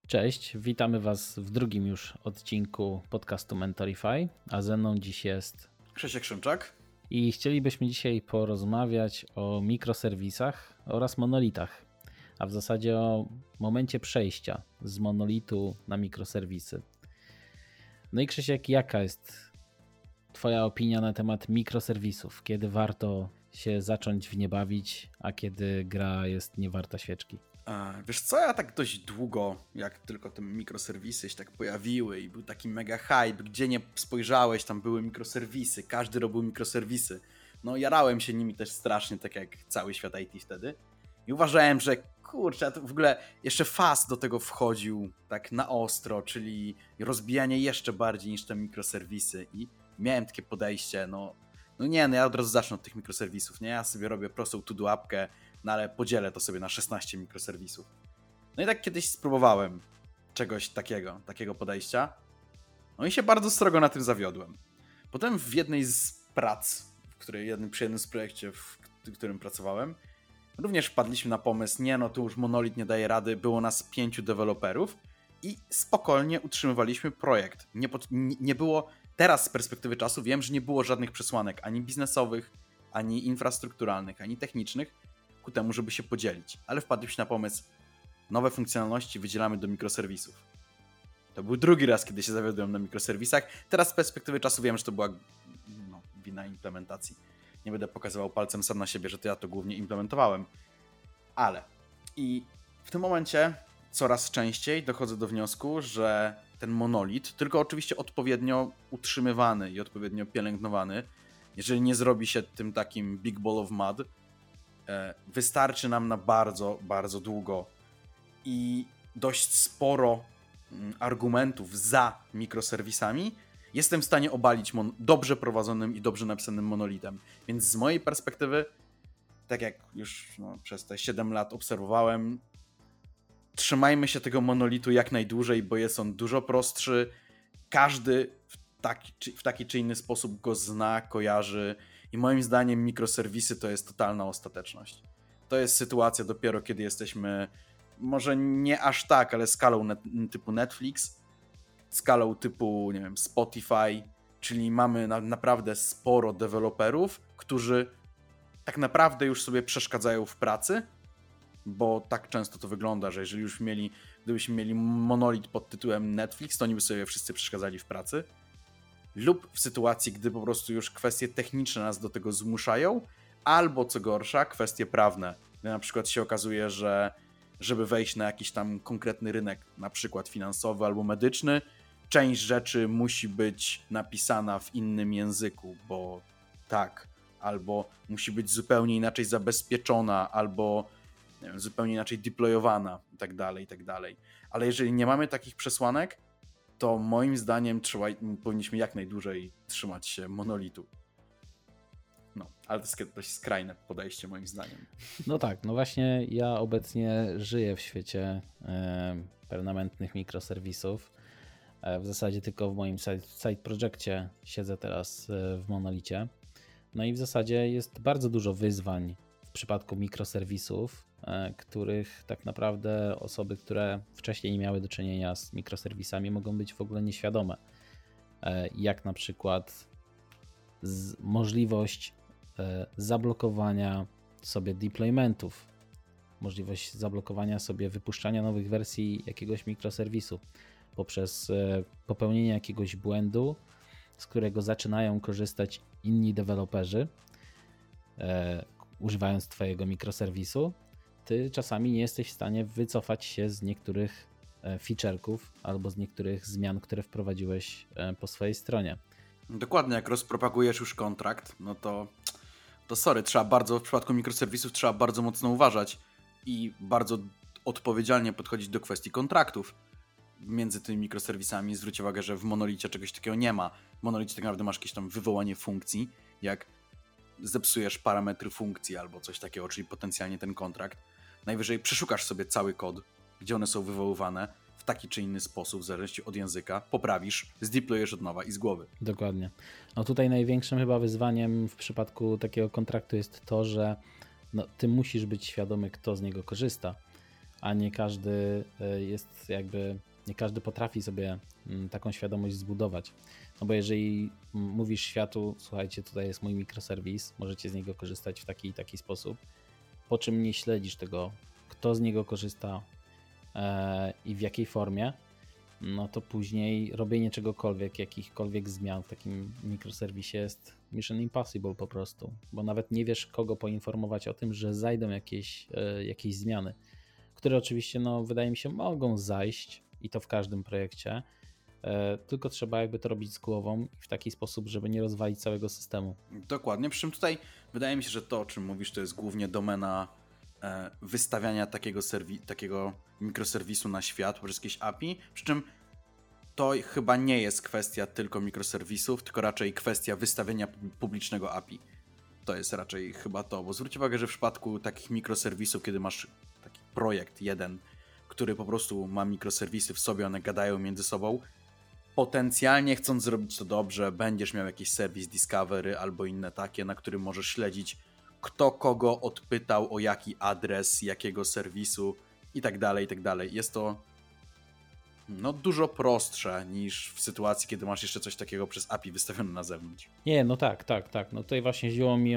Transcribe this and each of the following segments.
Cześć, witamy Was w drugim już odcinku podcastu Mentorify, a ze mną dziś jest Krzysiek Szymczak. I chcielibyśmy dzisiaj porozmawiać o mikroserwisach oraz monolitach, a w zasadzie o momencie przejścia z monolitu na mikroserwisy. No i Krzysiek, jaka jest Twoja opinia na temat mikroserwisów? Kiedy warto się zacząć w nie bawić, a kiedy gra jest niewarta świeczki? Wiesz co, ja tak dość długo, jak tylko te mikroserwisy się tak pojawiły i był taki mega hype, gdzie nie spojrzałeś, tam były mikroserwisy, każdy robił mikroserwisy. No jarałem się nimi też strasznie, tak jak cały świat IT wtedy. I uważałem, że kurczę, to w ogóle jeszcze fast do tego wchodził tak na ostro, czyli rozbijanie jeszcze bardziej niż te mikroserwisy. I miałem takie podejście, no ja od razu zacznę od tych mikroserwisów, nie? Ja sobie robię prostą to-do apkę, no ale podzielę to sobie na 16 mikroserwisów. No i tak kiedyś spróbowałem czegoś takiego podejścia. No i się bardzo srogo na tym zawiodłem. Potem w jednej z prac, przy jednym z projekcie, w którym pracowałem, również wpadliśmy na pomysł, tu już monolit nie daje rady, było nas 5 deweloperów i spokojnie utrzymywaliśmy projekt. Nie było, teraz z perspektywy czasu wiem, że nie było żadnych przesłanek, ani biznesowych, ani infrastrukturalnych, ani technicznych, ku temu, żeby się podzielić. Ale wpadliśmy na pomysł, nowe funkcjonalności wydzielamy do mikroserwisów. To był drugi raz, kiedy się zawiodłem na mikroserwisach. Teraz z perspektywy czasu wiem, że to była wina implementacji. Nie będę pokazywał palcem sam na siebie, że to ja to głównie implementowałem. Ale i w tym momencie coraz częściej dochodzę do wniosku, że ten monolit, tylko oczywiście odpowiednio utrzymywany i odpowiednio pielęgnowany, jeżeli nie zrobi się tym takim big ball of mud, wystarczy nam na bardzo, bardzo długo i dość sporo argumentów za mikroserwisami jestem w stanie obalić dobrze prowadzonym i dobrze napisanym monolitem. Więc z mojej perspektywy, tak jak już przez te 7 lat obserwowałem, trzymajmy się tego monolitu jak najdłużej, bo jest on dużo prostszy. Każdy w taki czy inny sposób go zna, kojarzy i moim zdaniem mikroserwisy to jest totalna ostateczność. To jest sytuacja dopiero, kiedy jesteśmy, może nie aż tak, ale skalą typu Netflix, skalą typu, nie wiem, Spotify, czyli mamy naprawdę sporo deweloperów, którzy tak naprawdę już sobie przeszkadzają w pracy, bo tak często to wygląda, że gdybyśmy mieli monolit pod tytułem Netflix, to oni by sobie wszyscy przeszkadzali w pracy. Lub w sytuacji, gdy po prostu już kwestie techniczne nas do tego zmuszają, albo co gorsza, kwestie prawne. Gdy na przykład się okazuje, że żeby wejść na jakiś tam konkretny rynek, na przykład finansowy albo medyczny, część rzeczy musi być napisana w innym języku, bo tak, albo musi być zupełnie inaczej zabezpieczona, albo nie wiem, zupełnie inaczej deployowana i tak dalej. Ale jeżeli nie mamy takich przesłanek, to moim zdaniem powinniśmy jak najdłużej trzymać się monolitu. Ale to jest dość skrajne podejście moim zdaniem. No tak, no właśnie ja obecnie żyję w świecie permanentnych mikroserwisów. W zasadzie tylko w moim side projectie siedzę teraz w monolicie. No i w zasadzie jest bardzo dużo wyzwań w przypadku mikroserwisów, których tak naprawdę osoby, które wcześniej nie miały do czynienia z mikroserwisami, mogą być w ogóle nieświadome. Jak na przykład możliwość zablokowania sobie deploymentów, możliwość zablokowania sobie wypuszczania nowych wersji jakiegoś mikroserwisu poprzez popełnienie jakiegoś błędu, z którego zaczynają korzystać inni deweloperzy, używając Twojego mikroserwisu. Ty czasami nie jesteś w stanie wycofać się z niektórych feature'ków albo z niektórych zmian, które wprowadziłeś po swojej stronie. Dokładnie, jak rozpropagujesz już kontrakt, no to sorry, w przypadku mikroserwisów trzeba bardzo mocno uważać i bardzo odpowiedzialnie podchodzić do kwestii kontraktów między tymi mikroserwisami. Zwróć uwagę, że w monolicie czegoś takiego nie ma. W monolicie tak naprawdę masz jakieś tam wywołanie funkcji, jak zepsujesz parametry funkcji albo coś takiego, czyli potencjalnie ten kontrakt. Najwyżej przeszukasz sobie cały kod, gdzie one są wywoływane w taki czy inny sposób, w zależności od języka, poprawisz, zdeployujesz od nowa i z głowy. Dokładnie. No tutaj największym chyba wyzwaniem w przypadku takiego kontraktu jest to, że ty musisz być świadomy, kto z niego korzysta, a nie każdy jest jakby, nie każdy potrafi sobie taką świadomość zbudować. No bo jeżeli mówisz światu, słuchajcie, tutaj jest mój mikroserwis, możecie z niego korzystać w taki i taki sposób, po czym nie śledzisz tego, kto z niego korzysta i w jakiej formie, no to później robienie czegokolwiek, jakichkolwiek zmian w takim mikroserwisie jest mission impossible po prostu, bo nawet nie wiesz, kogo poinformować o tym, że zajdą jakieś zmiany, które oczywiście, no, wydaje mi się, mogą zajść i to w każdym projekcie, tylko trzeba jakby to robić z głową i w taki sposób, żeby nie rozwalić całego systemu. Dokładnie, przy czym tutaj wydaje mi się, że to, o czym mówisz, to jest głównie domena wystawiania takiego mikroserwisu na świat poprzez jakieś API, przy czym to chyba nie jest kwestia tylko mikroserwisów, tylko raczej kwestia wystawienia publicznego API. To jest raczej chyba to, bo zwróć uwagę, że w przypadku takich mikroserwisów, kiedy masz taki projekt jeden, który po prostu ma mikroserwisy w sobie, one gadają między sobą, potencjalnie chcąc zrobić to dobrze, będziesz miał jakiś serwis Discovery albo inne takie, na którym możesz śledzić, kto kogo odpytał, o jaki adres, jakiego serwisu i tak dalej, i tak dalej. Jest to dużo prostsze niż w sytuacji, kiedy masz jeszcze coś takiego przez API wystawione na zewnątrz. Nie, no tak. No tutaj właśnie chodziło mi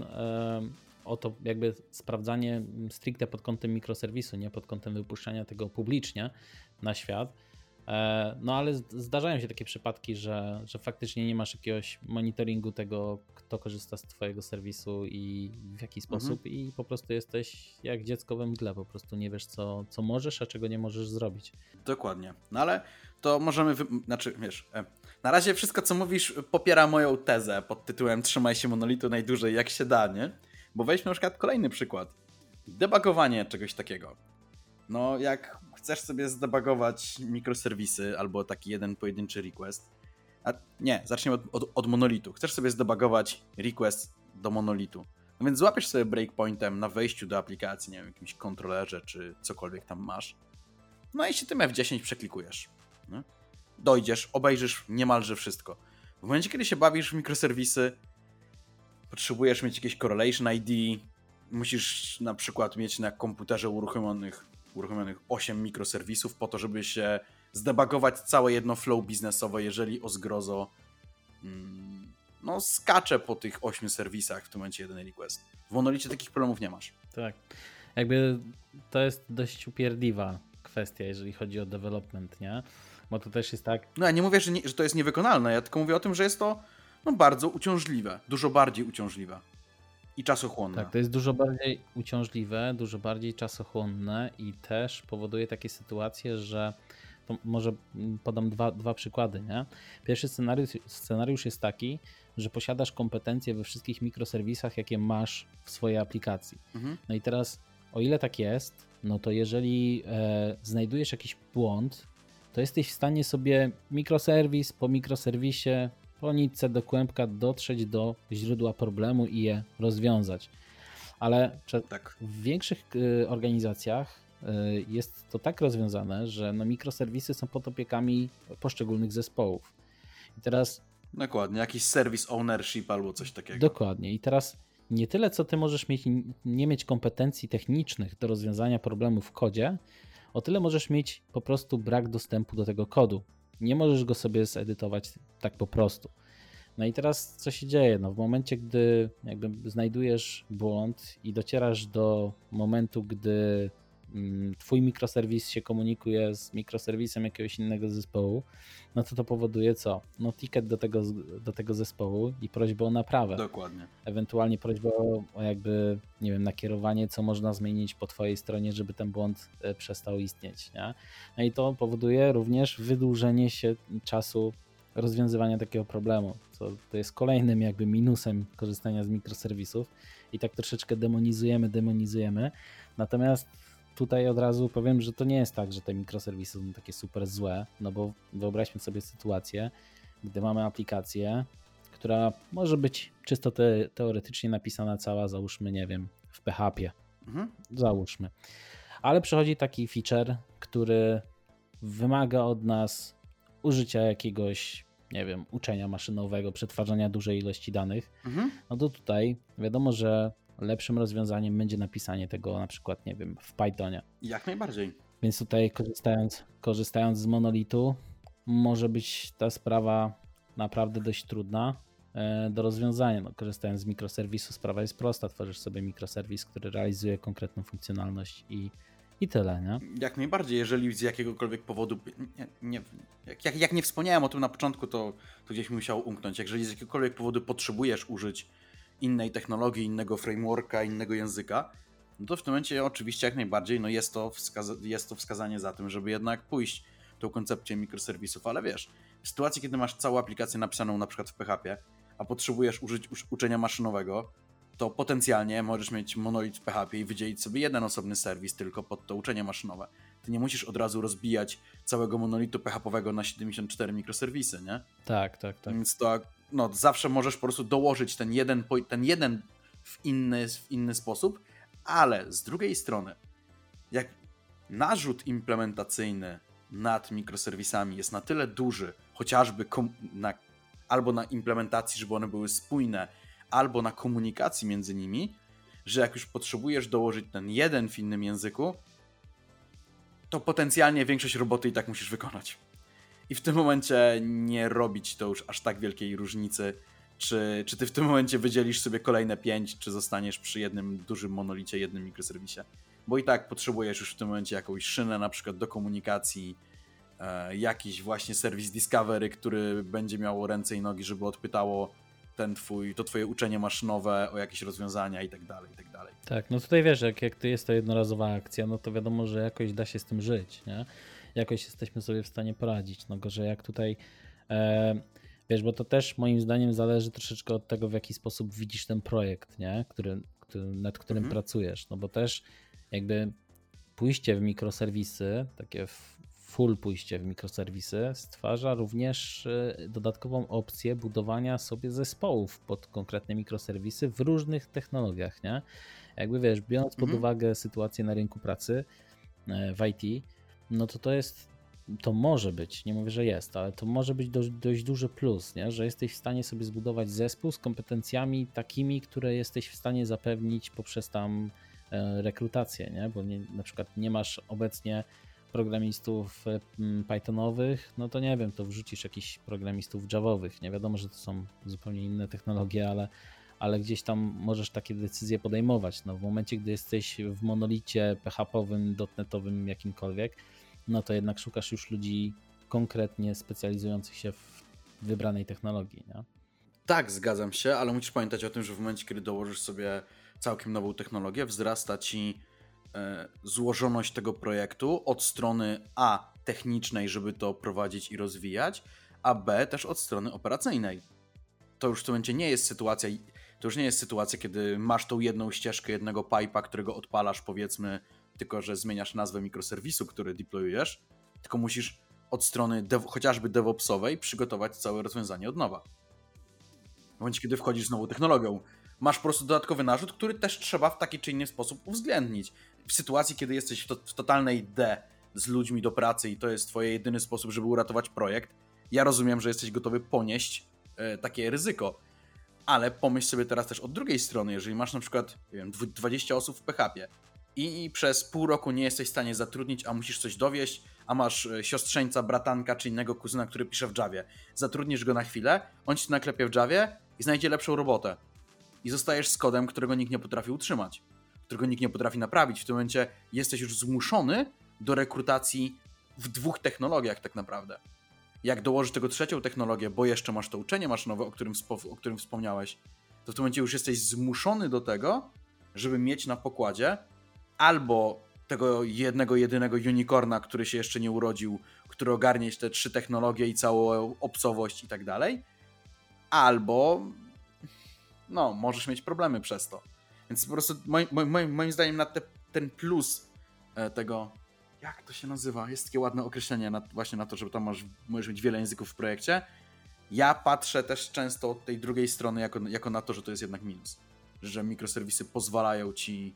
o to jakby sprawdzanie stricte pod kątem mikroserwisu, nie pod kątem wypuszczania tego publicznie na świat. No ale zdarzają się takie przypadki, że faktycznie nie masz jakiegoś monitoringu tego, kto korzysta z twojego serwisu i w jaki sposób i po prostu jesteś jak dziecko we mgle, po prostu nie wiesz co możesz, a czego nie możesz zrobić. Dokładnie, no ale to możemy, na razie wszystko co mówisz popiera moją tezę pod tytułem trzymaj się monolitu najdłużej jak się da, nie? Bo weźmy na przykład kolejny przykład, debugowanie czegoś takiego. No jak chcesz sobie zdebugować mikroserwisy albo taki jeden pojedynczy request, zacznijmy od monolitu. Chcesz sobie zdebugować request do monolitu. No więc złapiesz sobie breakpointem na wejściu do aplikacji, nie wiem, jakimś kontrolerze czy cokolwiek tam masz. No i się tym F10 przeklikujesz. No. Dojdziesz, obejrzysz niemalże wszystko. W momencie, kiedy się bawisz w mikroserwisy, potrzebujesz mieć jakieś correlation ID, musisz na przykład mieć na komputerze uruchomionych 8 mikroserwisów po to, żeby się zdebugować całe jedno flow biznesowe, jeżeli o zgrozo skacze po tych 8 serwisach w tym momencie jeden request. W monolicie takich problemów nie masz. Tak, jakby to jest dość upierdliwa kwestia, jeżeli chodzi o development, nie? Bo to też jest tak... No ja nie mówię, że to jest niewykonalne, ja tylko mówię o tym, że jest to bardzo uciążliwe, dużo bardziej uciążliwe i czasochłonne. Tak, to jest dużo bardziej uciążliwe, dużo bardziej czasochłonne i też powoduje takie sytuacje, że to może podam dwa przykłady, nie? Pierwszy scenariusz jest taki, że posiadasz kompetencje we wszystkich mikroserwisach, jakie masz w swojej aplikacji. No i teraz, o ile tak jest, no to jeżeli znajdujesz jakiś błąd, to jesteś w stanie sobie mikroserwis po mikroserwisie, po nitce do kłębka dotrzeć do źródła problemu i je rozwiązać. Ale w większych organizacjach jest to tak rozwiązane, że mikroserwisy są pod opieką poszczególnych zespołów. I teraz... Dokładnie, jakiś service ownership albo coś takiego. Dokładnie. I teraz nie tyle, co ty możesz nie mieć kompetencji technicznych do rozwiązania problemu w kodzie, o tyle możesz mieć po prostu brak dostępu do tego kodu. Nie możesz go sobie zedytować tak po prostu. No i teraz co się dzieje? No w momencie, gdy jakby znajdujesz błąd i docierasz do momentu, gdy twój mikroserwis się komunikuje z mikroserwisem jakiegoś innego zespołu, no to powoduje co? No ticket do tego zespołu i prośbę o naprawę. Dokładnie. Ewentualnie prośbę o jakby, nie wiem, nakierowanie, co można zmienić po twojej stronie, żeby ten błąd przestał istnieć, nie? No i to powoduje również wydłużenie się czasu rozwiązywania takiego problemu, co to jest kolejnym jakby minusem korzystania z mikroserwisów i tak troszeczkę demonizujemy, natomiast tutaj od razu powiem, że to nie jest tak, że te mikroserwisy są takie super złe, no bo wyobraźmy sobie sytuację, gdy mamy aplikację, która może być czysto teoretycznie napisana cała, załóżmy, nie wiem, w PHP, załóżmy, ale przychodzi taki feature, który wymaga od nas użycia jakiegoś, nie wiem, uczenia maszynowego, przetwarzania dużej ilości danych, no to tutaj wiadomo, że lepszym rozwiązaniem będzie napisanie tego na przykład, nie wiem, w Pythonie. Jak najbardziej. Więc tutaj korzystając z monolitu, może być ta sprawa naprawdę dość trudna do rozwiązania. No, korzystając z mikroserwisu, sprawa jest prosta. Tworzysz sobie mikroserwis, który realizuje konkretną funkcjonalność i tyle, nie? Jak najbardziej, jeżeli z jakiegokolwiek powodu, jak nie wspomniałem o tym na początku, to gdzieś mi musiało umknąć. Jeżeli z jakiegokolwiek powodu potrzebujesz użyć innej technologii, innego frameworka, innego języka, no to w tym momencie oczywiście jak najbardziej no jest to wskazanie za tym, żeby jednak pójść tą koncepcję mikroserwisów, ale wiesz, w sytuacji, kiedy masz całą aplikację napisaną na przykład w PHP, a potrzebujesz użyć uczenia maszynowego, to potencjalnie możesz mieć monolit w PHP i wydzielić sobie jeden osobny serwis tylko pod to uczenie maszynowe. Ty nie musisz od razu rozbijać całego monolitu PHP-owego na 74 mikroserwisy, nie? Tak. Więc to no, zawsze możesz po prostu dołożyć ten jeden w inny sposób, ale z drugiej strony, jak narzut implementacyjny nad mikroserwisami jest na tyle duży, chociażby albo na implementacji, żeby one były spójne, albo na komunikacji między nimi, że jak już potrzebujesz dołożyć ten jeden w innym języku, to potencjalnie większość roboty i tak musisz wykonać. I w tym momencie nie robić to już aż tak wielkiej różnicy, czy ty w tym momencie wydzielisz sobie kolejne 5, czy zostaniesz przy jednym dużym monolicie, jednym mikroserwisie. Bo i tak potrzebujesz już w tym momencie jakąś szynę na przykład do komunikacji, jakiś właśnie serwis Discovery, który będzie miało ręce i nogi, żeby odpytało to twoje uczenie maszynowe o jakieś rozwiązania i tak dalej, i tak dalej. Tak, no tutaj wiesz, jak to jest to jednorazowa akcja, no to wiadomo, że jakoś da się z tym żyć, nie? Jakoś jesteśmy sobie w stanie poradzić, no gorzej jak tutaj, wiesz, bo to też moim zdaniem zależy troszeczkę od tego, w jaki sposób widzisz ten projekt, nie? Nad którym pracujesz, no bo też jakby pójście w mikroserwisy, takie full pójście w mikroserwisy stwarza również dodatkową opcję budowania sobie zespołów pod konkretne mikroserwisy w różnych technologiach, nie? Jakby wiesz, biorąc pod uwagę sytuację na rynku pracy w IT, no to może być, nie mówię, że jest, ale to może być dość duży plus, nie? Że jesteś w stanie sobie zbudować zespół z kompetencjami takimi, które jesteś w stanie zapewnić poprzez tam rekrutację, nie? Bo na przykład nie masz obecnie programistów Pythonowych, no to nie wiem, to wrzucisz jakichś programistów Javowych. Nie wiadomo, że to są zupełnie inne technologie, ale gdzieś tam możesz takie decyzje podejmować. No w momencie, gdy jesteś w monolicie PHP-owym, .NET-owym, jakimkolwiek, no to jednak szukasz już ludzi konkretnie specjalizujących się w wybranej technologii, nie? Tak, zgadzam się, ale musisz pamiętać o tym, że w momencie, kiedy dołożysz sobie całkiem nową technologię, wzrasta ci złożoność tego projektu od strony A technicznej, żeby to prowadzić i rozwijać, a B też od strony operacyjnej. To już w tym momencie nie jest sytuacja, kiedy masz tą jedną ścieżkę, jednego pipe'a, którego odpalasz, powiedzmy, tylko że zmieniasz nazwę mikroserwisu, który deployujesz, tylko musisz od strony chociażby DevOpsowej przygotować całe rozwiązanie od nowa. W momencie, kiedy wchodzisz z nową technologią, masz po prostu dodatkowy narzut, który też trzeba w taki czy inny sposób uwzględnić. W sytuacji, kiedy jesteś w totalnej D z ludźmi do pracy i to jest twój jedyny sposób, żeby uratować projekt, ja rozumiem, że jesteś gotowy ponieść takie ryzyko. Ale pomyśl sobie teraz też od drugiej strony, jeżeli masz na przykład 20 osób w PHP i przez pół roku nie jesteś w stanie zatrudnić, a musisz coś dowieść, a masz siostrzeńca, bratanka czy innego kuzyna, który pisze w Javie. Zatrudnisz go na chwilę, on ci naklepie w Javie i znajdzie lepszą robotę. I zostajesz z kodem, którego nikt nie potrafi utrzymać, którego nikt nie potrafi naprawić. W tym momencie jesteś już zmuszony do rekrutacji w 2 technologiach tak naprawdę. Jak dołożysz tego trzecią technologię, bo jeszcze masz to uczenie maszynowe, o którym wspomniałeś, to w tym momencie już jesteś zmuszony do tego, żeby mieć na pokładzie albo tego jedynego unicorna, który się jeszcze nie urodził, który ogarnie te 3 technologie i całą obcowość i tak dalej, albo możesz mieć problemy przez to. Więc po prostu moim zdaniem ten plus tego, jak to się nazywa, jest takie ładne określenie właśnie na to, że tam możesz mieć wiele języków w projekcie. Ja patrzę też często od tej drugiej strony jako na to, że to jest jednak minus. Że mikroserwisy pozwalają ci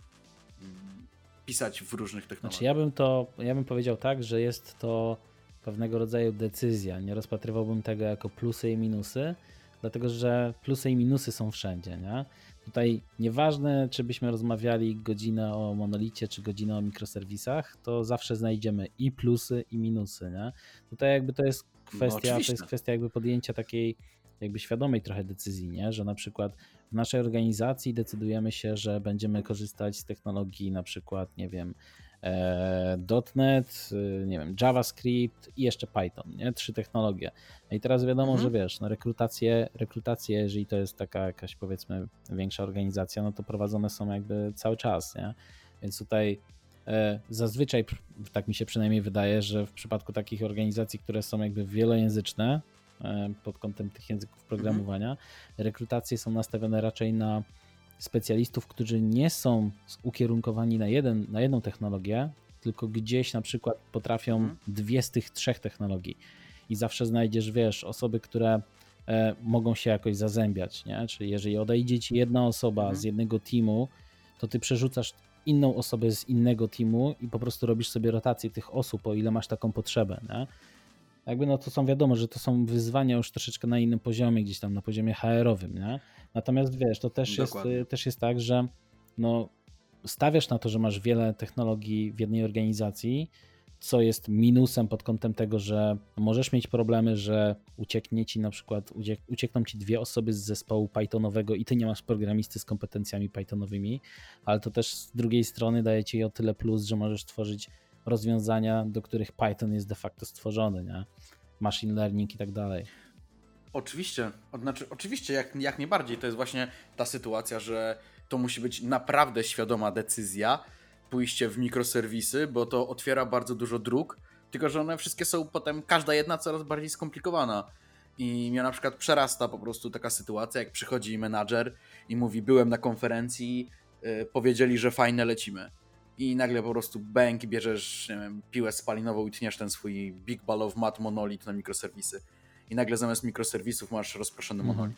pisać w różnych technologiach. Znaczy ja bym powiedział tak, że jest to pewnego rodzaju decyzja. Nie rozpatrywałbym tego jako plusy i minusy, dlatego że plusy i minusy są wszędzie, nie? Tutaj nieważne, czy byśmy rozmawiali godzinę o monolicie, czy godzinę o mikroserwisach, to zawsze znajdziemy i plusy, i minusy, nie? Tutaj jakby to jest kwestia jakby podjęcia takiej jakby świadomej trochę decyzji, nie? Że na przykład w naszej organizacji decydujemy się, że będziemy korzystać z technologii na przykład, nie wiem, .NET, nie wiem, JavaScript i jeszcze Python, nie? 3 technologie. No i teraz wiadomo, że wiesz, no rekrutacje, jeżeli to jest taka jakaś powiedzmy większa organizacja, no to prowadzone są jakby cały czas, nie? Więc tutaj zazwyczaj, tak mi się przynajmniej wydaje, że w przypadku takich organizacji, które są jakby wielojęzyczne pod kątem tych języków programowania, rekrutacje są nastawione raczej na specjalistów, którzy nie są ukierunkowani na jedną technologię, tylko gdzieś na przykład potrafią 2 z tych 3 technologii i zawsze znajdziesz, wiesz, osoby, które mogą się jakoś zazębiać, nie? Czyli jeżeli odejdzie ci jedna osoba z jednego teamu, to ty przerzucasz inną osobę z innego teamu i po prostu robisz sobie rotację tych osób, o ile masz taką potrzebę, nie? Jakby no to są wiadomo, że to są wyzwania już troszeczkę na innym poziomie, gdzieś tam na poziomie HR-owym, nie? Natomiast wiesz, to też jest tak, że no, stawiasz na to, że masz wiele technologii w jednej organizacji, co jest minusem pod kątem tego, że możesz mieć problemy, że ucieknie ci na przykład, uciekną ci 2 osoby z zespołu Pythonowego i ty nie masz programisty z kompetencjami Pythonowymi, ale to też z drugiej strony daje ci o tyle plus, że możesz tworzyć rozwiązania, do których Python jest de facto stworzony, nie? Machine learning i tak dalej. Oczywiście jak najbardziej to jest właśnie ta sytuacja, że to musi być naprawdę świadoma decyzja, pójście w mikroserwisy, bo to otwiera bardzo dużo dróg, tylko że one wszystkie są potem, każda jedna coraz bardziej skomplikowana. I mnie na przykład przerasta po prostu taka sytuacja, jak przychodzi menadżer i mówi, byłem na konferencji, powiedzieli, że fajne lecimy. I nagle po prostu bęk, bierzesz, nie wiem, piłę spalinową i tniesz ten swój Big Ball of Mud monolit na mikroserwisy. I nagle zamiast mikroserwisów masz rozproszony monolit.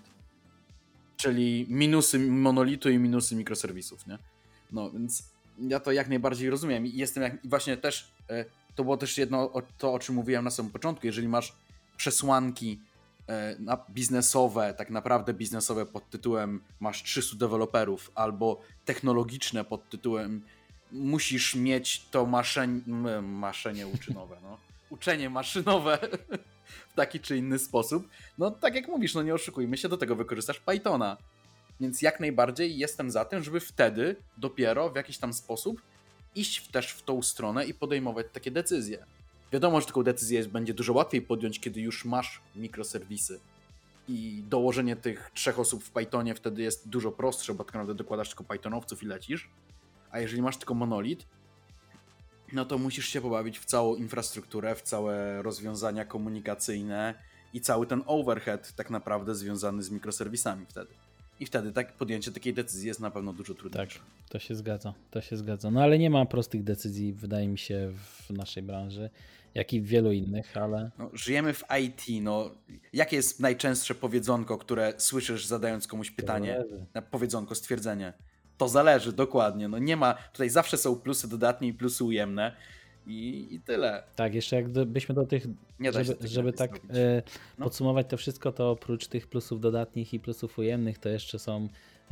Czyli minusy monolitu i minusy mikroserwisów, nie? No więc ja to jak najbardziej rozumiem. I właśnie też, to było też jedno to, o czym mówiłem na samym początku. Jeżeli masz przesłanki biznesowe, tak naprawdę biznesowe pod tytułem masz 300 deweloperów, albo technologiczne pod tytułem musisz mieć to maszenie uczynowe, no. Uczenie maszynowe w taki czy inny sposób. No tak jak mówisz, no nie oszukujmy się, do tego wykorzystasz Pythona. Więc jak najbardziej jestem za tym, żeby wtedy dopiero w jakiś tam sposób iść też w tą stronę i podejmować takie decyzje. Wiadomo, że taką decyzję będzie dużo łatwiej podjąć, kiedy już masz mikroserwisy. I dołożenie tych 3 osób w Pythonie wtedy jest dużo prostsze, bo tak naprawdę dokładasz tylko Pythonowców i lecisz. A jeżeli masz tylko monolit, no to musisz się pobawić w całą infrastrukturę, w całe rozwiązania komunikacyjne i cały ten overhead tak naprawdę związany z mikroserwisami wtedy. I wtedy podjęcie takiej decyzji jest na pewno dużo trudniejsze. Tak, to się zgadza. No ale nie ma prostych decyzji, wydaje mi się, w naszej branży, jak i w wielu innych, ale... No, żyjemy w IT, no. Jakie jest najczęstsze powiedzonko, które słyszysz zadając komuś pytanie? Powiedzonko, stwierdzenie. To zależy, dokładnie. No nie ma, tutaj zawsze są plusy dodatnie i plusy ujemne i tyle. Tak, jeszcze jakbyśmy do tych, żeby tak podsumować to wszystko, to oprócz tych plusów dodatnich i plusów ujemnych, to jeszcze są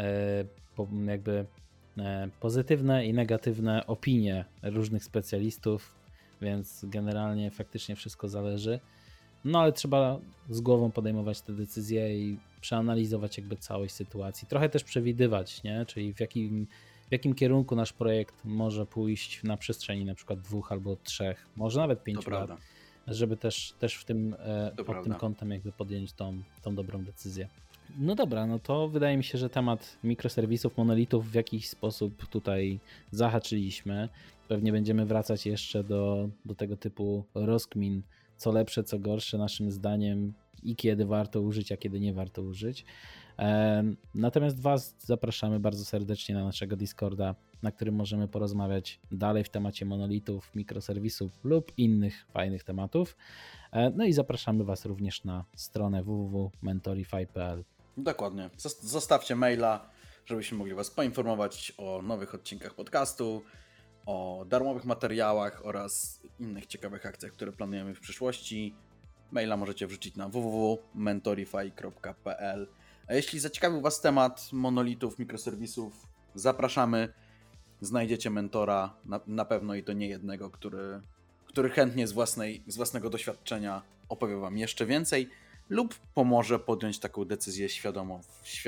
jakby pozytywne i negatywne opinie różnych specjalistów, więc generalnie faktycznie wszystko zależy. No ale trzeba z głową podejmować te decyzje i przeanalizować jakby całość sytuacji. Trochę też przewidywać, nie? Czyli w jakim kierunku nasz projekt może pójść na przestrzeni na przykład 2 albo 3, może nawet 5 lat, żeby też w tym, pod tym kątem jakby podjąć tą dobrą decyzję. No dobra, no to wydaje mi się, że temat mikroserwisów, monolitów w jakiś sposób tutaj zahaczyliśmy. Pewnie będziemy wracać jeszcze do tego typu rozkmin, co lepsze, co gorsze naszym zdaniem i kiedy warto użyć, a kiedy nie warto użyć. Natomiast Was zapraszamy bardzo serdecznie na naszego Discorda, na którym możemy porozmawiać dalej w temacie monolitów, mikroserwisów lub innych fajnych tematów. No i zapraszamy Was również na stronę www.mentorify.pl. Dokładnie. Zostawcie maila, żebyśmy mogli Was poinformować o nowych odcinkach podcastu, o darmowych materiałach oraz innych ciekawych akcjach, które planujemy w przyszłości. Maila możecie wrzucić na www.mentorify.pl. A jeśli zaciekawił Was temat monolitów, mikroserwisów, zapraszamy. Znajdziecie mentora, na pewno i to nie jednego, który chętnie z własnego doświadczenia opowie Wam jeszcze więcej lub pomoże podjąć taką decyzję świadomą.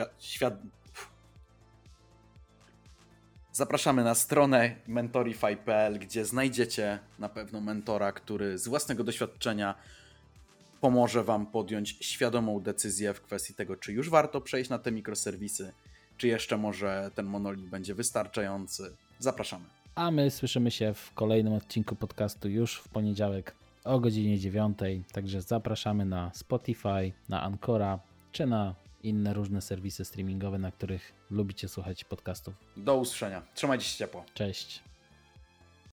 Zapraszamy na stronę mentorify.pl, gdzie znajdziecie na pewno mentora, który z własnego doświadczenia pomoże Wam podjąć świadomą decyzję w kwestii tego, czy już warto przejść na te mikroserwisy, czy jeszcze może ten monolit będzie wystarczający. Zapraszamy. A my słyszymy się w kolejnym odcinku podcastu już w poniedziałek o godzinie 9. Także zapraszamy na Spotify, na Ancora czy na inne różne serwisy streamingowe, na których lubicie słuchać podcastów. Do usłyszenia. Trzymajcie się ciepło. Cześć.